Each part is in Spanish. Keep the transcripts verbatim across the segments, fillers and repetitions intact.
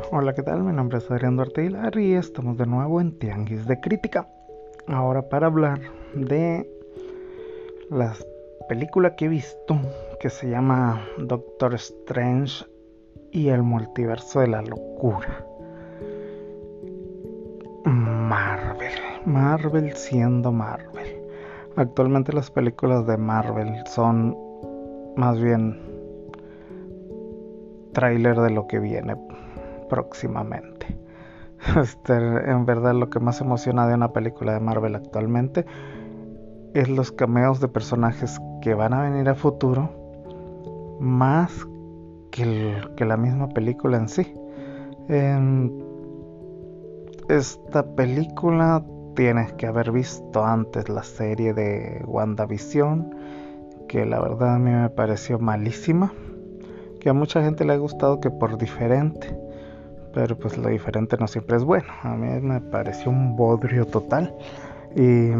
Hola, ¿qué tal? Mi nombre es Adrián Duarte Aguilar y estamos de nuevo en Tianguis de Crítica. Ahora para hablar de la película que he visto que se llama Doctor Strange y el multiverso de la locura. Marvel, Marvel siendo Marvel. Actualmente las películas de Marvel son más bien tráiler de lo que viene próximamente. Este, en verdad lo que más emociona de una película de Marvel actualmente es los cameos de personajes que van a venir a futuro, más que, el, que la misma película en sí. En esta película tienes que haber visto antes la serie de WandaVision, que la verdad a mí me pareció malísima, que a mucha gente le ha gustado que por diferente, pero pues lo diferente no siempre es bueno. A mí me pareció un bodrio total y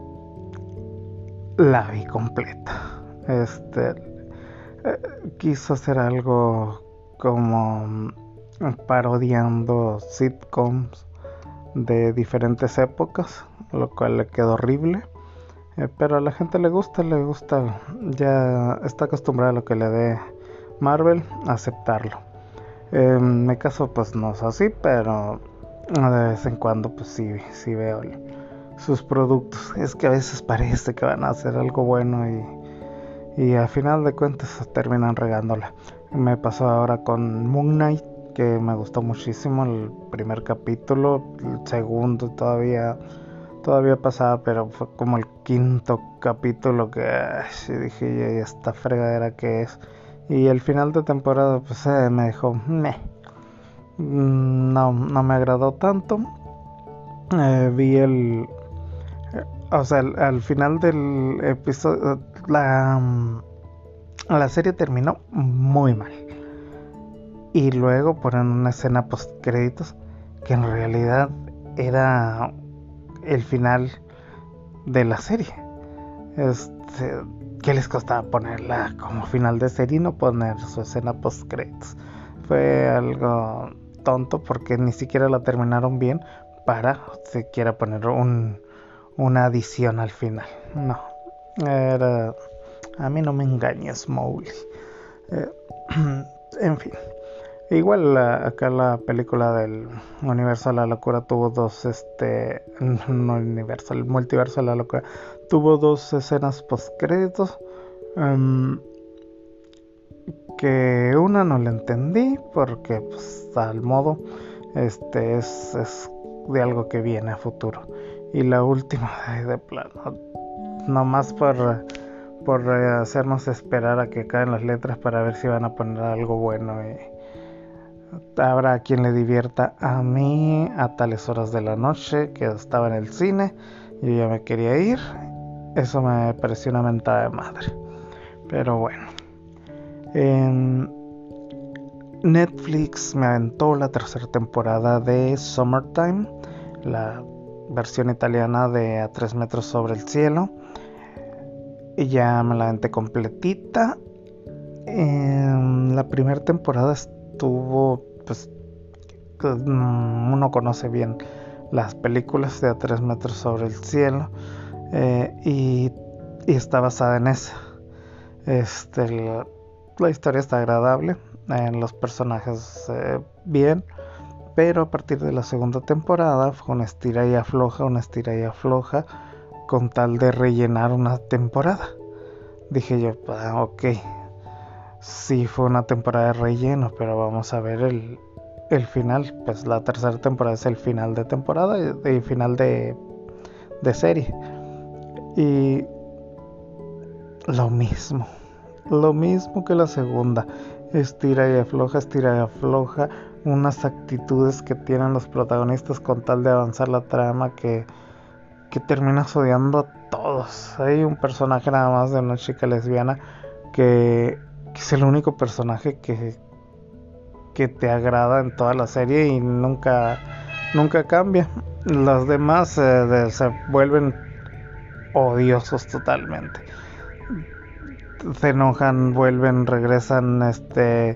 la vi completa. Este eh, quiso hacer algo como parodiando sitcoms de diferentes épocas, lo cual le quedó horrible. Eh, pero a la gente le gusta, le gusta, ya está acostumbrada a lo que le dé Marvel, a aceptarlo. En mi caso pues no es así, pero de vez en cuando pues sí, sí veo el, sus productos. Es que a veces parece que van a hacer algo bueno y, y a final de cuentas terminan regándola. Me pasó ahora con Moon Knight, que me gustó muchísimo el primer capítulo, el segundo todavía todavía pasaba, pero fue como el quinto capítulo que ay, dije, ¿y esta fregadera que es? Y el final de temporada pues eh, me dejó meh. No, no me agradó tanto. Eh, vi el eh, o sea, al, al final del episodio la, la serie terminó muy mal. Y luego ponen una escena post créditos que en realidad era el final de la serie. Este, ¿qué les costaba ponerla como final de serie y no poner su escena post créditos? Fue algo tonto porque ni siquiera la terminaron bien para siquiera poner un, una adición al final. No, era, a mí no me engañes, Mowgli. Eh, en fin. Igual la, acá la película del universo de la locura tuvo dos, este, no el universo, el multiverso de la locura, tuvo dos escenas post créditos, um, que una no la entendí porque pues al modo, este es, es de algo que viene a futuro, y la última de plano, nomás por, por hacernos esperar a que caen las letras para ver si van a poner algo bueno y habrá quien le divierta. A mí a tales horas de la noche que estaba en el cine, yo ya me quería ir. Eso me pareció una mentada de madre, pero bueno. En Netflix me aventó la tercera temporada de Summertime, la versión italiana de A tres metros sobre el cielo, y ya me la aventé completita. En la primera temporada estuvo, pues, uno conoce bien las películas de A tres metros sobre el cielo, eh, y, y está basada en esa. Este, la, la historia está agradable, en los personajes eh, bien, pero a partir de la segunda temporada fue una estira y afloja, una estira y afloja, con tal de rellenar una temporada. Dije yo, ah, ok, sí fue una temporada de relleno, pero vamos a ver el, el final. Pues la tercera temporada es el final de temporada y el final de, de serie. Y lo mismo, lo mismo que la segunda. Estira y afloja, estira y afloja. Unas actitudes que tienen los protagonistas con tal de avanzar la trama que, que terminas odiando a todos. Hay un personaje nada más de una chica lesbiana que, que es el único personaje que, que te agrada en toda la serie y nunca, nunca cambia. Los demás eh, de, se vuelven odiosos totalmente. Se enojan, vuelven, regresan, este,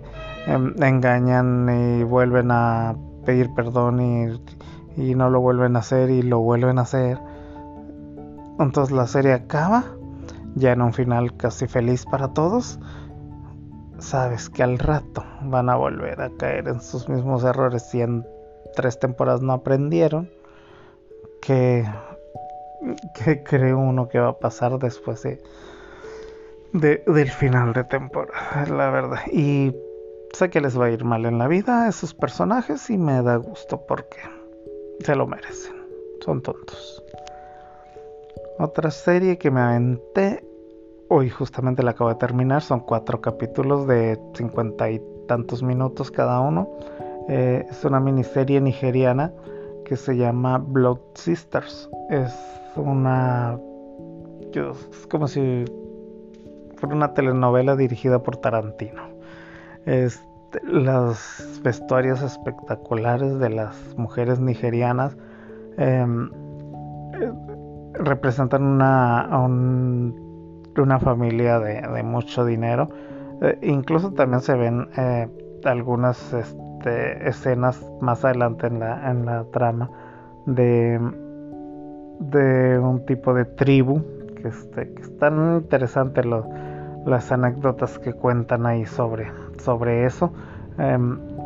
eh, engañan y vuelven a pedir perdón y, y no lo vuelven a hacer y lo vuelven a hacer. Entonces la serie acaba ya en un final casi feliz para todos. Sabes que al rato van a volver a caer en sus mismos errores si en tres temporadas no aprendieron. Que, que cree uno que va a pasar después de, de del final de temporada, la verdad. Y sé que les va a ir mal en la vida a esos personajes y me da gusto porque se lo merecen. Son tontos. Otra serie que me aventé hoy, justamente la acabo de terminar, son cuatro capítulos de cincuenta y tantos minutos cada uno. Eh, es una miniserie nigeriana que se llama Blood Sisters. Es una... es como si fuera una telenovela dirigida por Tarantino. Este, los vestuarios espectaculares de las mujeres nigerianas eh, eh, representan una, un, una familia de, de mucho dinero. Eh, incluso también se ven eh, algunas este, escenas más adelante en la, en la trama de, de un tipo de tribu que, este, que están interesantes los, las anécdotas que cuentan ahí sobre, sobre eso. Eh,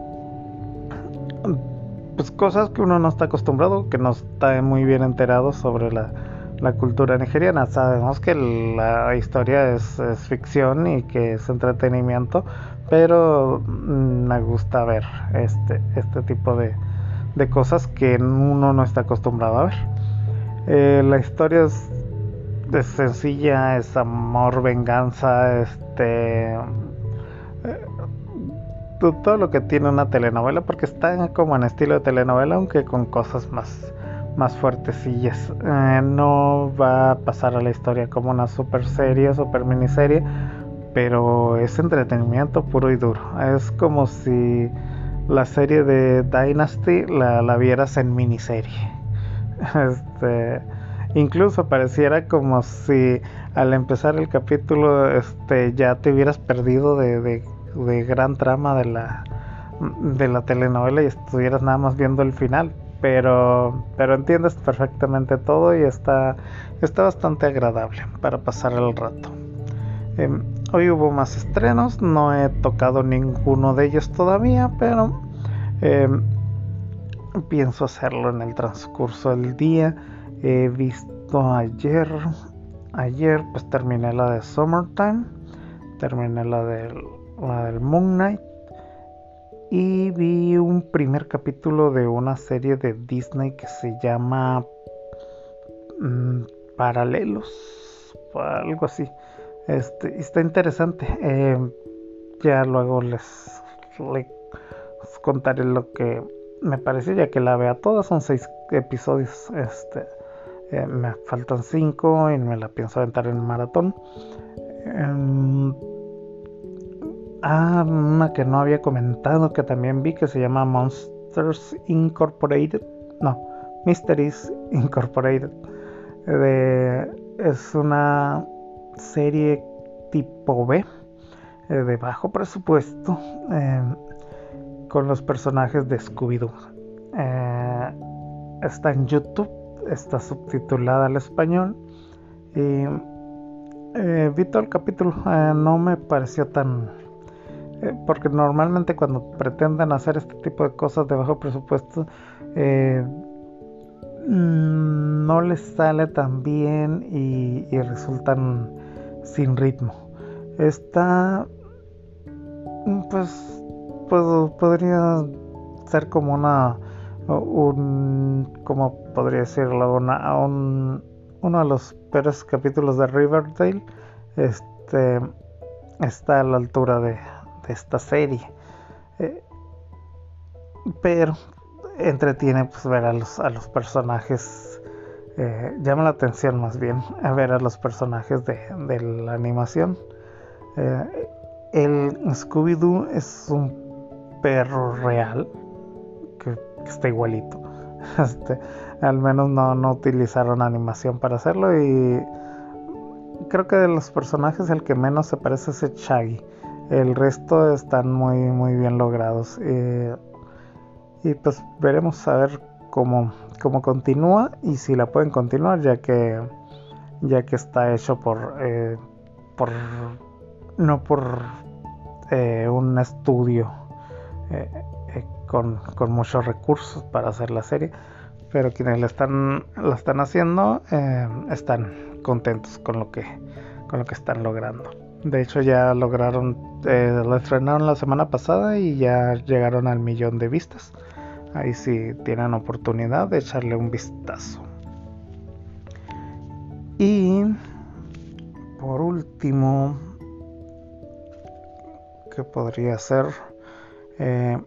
pues cosas que uno no está acostumbrado, que no está muy bien enterado sobre la, la cultura nigeriana. Sabemos que la historia es, es ficción y que es entretenimiento, pero me gusta ver este, este tipo de, de cosas que uno no está acostumbrado a ver. Eh, la historia es, es sencilla, es amor, venganza, este... Eh, todo lo que tiene una telenovela, porque está como en estilo de telenovela, aunque con cosas más, más fuertecillas. Eh, no va a pasar a la historia como una super serie, super miniserie, pero es entretenimiento puro y duro. Es como si la serie de Dynasty la, la vieras en miniserie. Este, incluso pareciera como si al empezar el capítulo este, ya te hubieras perdido de, de de gran trama de la de la telenovela y estuvieras nada más viendo el final, pero pero entiendes perfectamente todo y está está bastante agradable para pasar el rato. Eh, hoy hubo más estrenos, no he tocado ninguno de ellos todavía, pero eh, pienso hacerlo en el transcurso del día. He visto ayer ayer pues terminé la de Summertime, terminé la del la del Moon Knight y vi un primer capítulo de una serie de Disney que se llama mmm, Paralelos, algo así. Este, está interesante. Eh, ya luego les, les contaré lo que me pareció, ya que la vea toda. Son seis episodios. Este, eh, me faltan cinco y me la pienso aventar en maratón. Eh, Ah, una que no había comentado que también vi que se llama Monsters Incorporated. No, Mysteries Incorporated. De, es una serie tipo B, eh, de bajo presupuesto, eh, con los personajes de Scooby-Doo. Eh, está en YouTube, está subtitulada al español. Y eh, vi todo el capítulo, eh, no me pareció tan... porque normalmente cuando pretenden hacer este tipo de cosas de bajo presupuesto eh, no les sale tan bien y, y resultan sin ritmo. Está pues, pues podría ser como una un como podría decirlo una, un, uno de los peores capítulos de Riverdale. Este está a la altura de esta serie, eh, pero entretiene pues ver a los, a los personajes, eh, llama la atención más bien a ver a los personajes de, de la animación. Eh, el Scooby-Doo es un perro real que, que está igualito. Este, al menos no, no utilizaron animación para hacerlo y creo que de los personajes el que menos se parece es el Shaggy. el resto están muy muy bien logrados. Eh, y pues veremos a ver cómo, cómo continúa y si la pueden continuar, ya que ya que está hecho por eh, por no por eh, un estudio eh, eh, con, con muchos recursos para hacer la serie, pero quienes la están la están haciendo eh, están contentos con lo que con lo que están logrando. De hecho ya lograron, eh, la estrenaron la semana pasada y ya llegaron al millón de vistas. Ahí sí tienen oportunidad de echarle un vistazo. Y por último, ¿qué podría ser? Eh,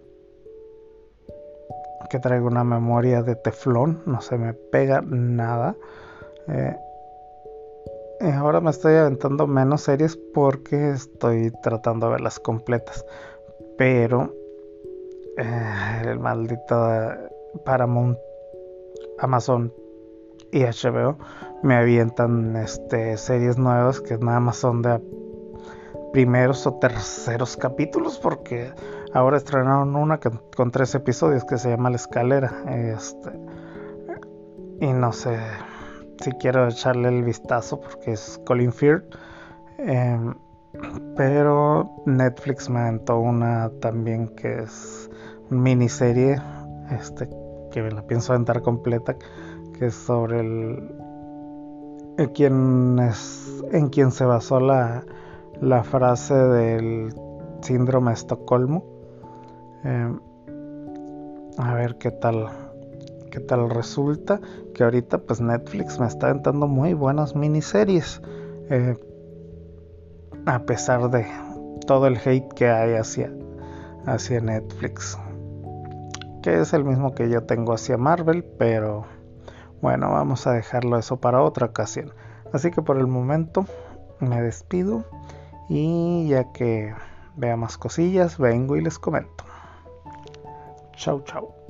que traigo una memoria de teflón, no se me pega nada. Eh, ahora me estoy aventando menos series porque estoy tratando de verlas completas. Pero eh, el maldito Paramount, Amazon y H B O me avientan este, series nuevas que nada más son de primeros o terceros capítulos, porque ahora estrenaron una que, con tres episodios que se llama La Escalera, este, y no sé si quiero echarle el vistazo porque es Colin Firth, eh, pero Netflix me aventó una también que es miniserie, este, que me la pienso aventar completa, que es sobre el, el quien es, en quien se basó la, la frase del síndrome de Estocolmo. Eh, a ver qué tal, qué tal resulta. Que ahorita pues Netflix me está aventando muy buenas miniseries, eh, a pesar de todo el hate que hay hacia, hacia Netflix, que es el mismo que yo tengo hacia Marvel, pero bueno, vamos a dejarlo eso para otra ocasión. Así que por el momento me despido y ya que vea más cosillas, vengo y les comento. Chau, chau.